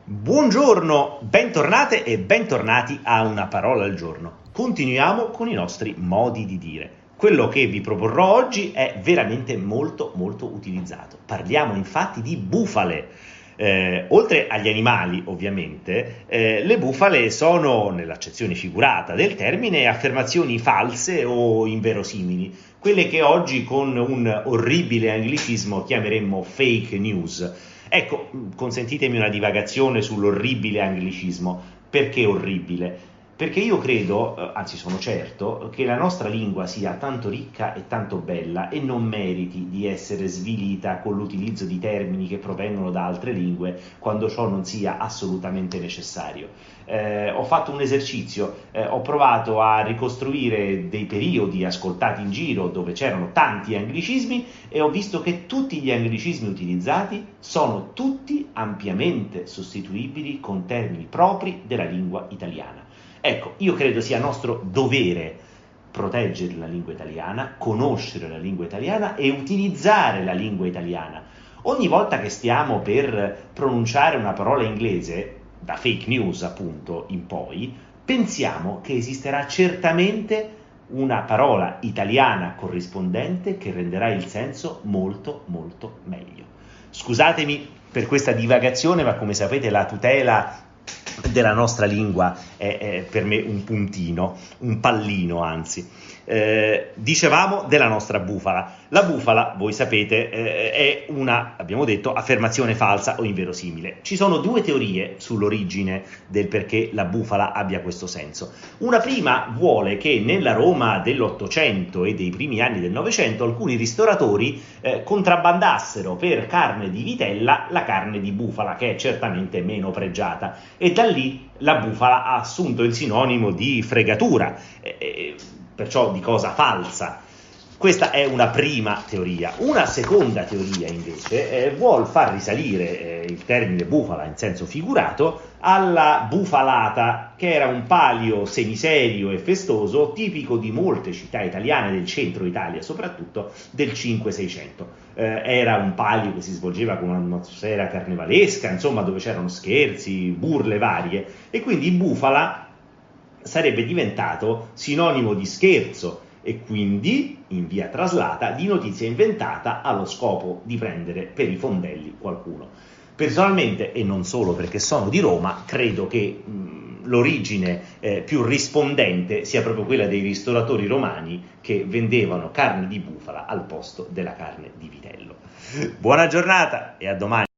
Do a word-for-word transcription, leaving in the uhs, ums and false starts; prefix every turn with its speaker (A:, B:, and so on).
A: Buongiorno, bentornate e bentornati a Una Parola al Giorno. Continuiamo con i nostri modi di dire. Quello che vi proporrò oggi è veramente molto molto utilizzato. Parliamo infatti di bufale. Eh, oltre agli animali, ovviamente, eh, le bufale sono, nell'accezione figurata del termine, affermazioni false o inverosimili, quelle che oggi con un orribile anglicismo chiameremmo fake news. Ecco, consentitemi una divagazione sull'orribile anglicismo. Perché orribile? Perché io credo, anzi sono certo, che la nostra lingua sia tanto ricca e tanto bella e non meriti di essere svilita con l'utilizzo di termini che provengono da altre lingue quando ciò non sia assolutamente necessario. Eh, ho fatto un esercizio, eh, ho provato a ricostruire dei periodi ascoltati in giro dove c'erano tanti anglicismi e ho visto che tutti gli anglicismi utilizzati sono tutti ampiamente sostituibili con termini propri della lingua italiana. Ecco, io credo sia nostro dovere proteggere la lingua italiana, conoscere la lingua italiana e utilizzare la lingua italiana. Ogni volta che stiamo per pronunciare una parola inglese, da fake news appunto in poi, pensiamo che esisterà certamente una parola italiana corrispondente che renderà il senso molto molto meglio. Scusatemi per questa divagazione, ma come sapete la tutela della nostra lingua è, è per me un puntino, un pallino anzi. Eh, dicevamo della nostra bufala. La bufala, voi sapete, eh, è una, abbiamo detto, affermazione falsa o inverosimile. Ci sono due teorie sull'origine del perché la bufala abbia questo senso. Una prima vuole che nella Roma dell'Ottocento e dei primi anni del Novecento alcuni ristoratori eh, contrabbandassero per carne di vitella la carne di bufala, che è certamente meno pregiata, e da lì la bufala ha assunto il sinonimo di fregatura, eh, perciò di cosa falsa. Questa è una prima teoria. Una seconda teoria invece eh, vuol far risalire eh, il termine bufala in senso figurato alla bufalata, che era un palio semiserio e festoso tipico di molte città italiane del centro Italia, soprattutto del cinque seicento. Eh, era un palio che si svolgeva con un'atmosfera carnevalesca, insomma, dove c'erano scherzi, burle varie, e quindi bufala sarebbe diventato sinonimo di scherzo e quindi, in via traslata, di notizia inventata allo scopo di prendere per i fondelli qualcuno. Personalmente, e non solo perché sono di Roma, credo che mh, l'origine eh, più rispondente sia proprio quella dei ristoratori romani che vendevano carne di bufala al posto della carne di vitello. Buona giornata e a domani!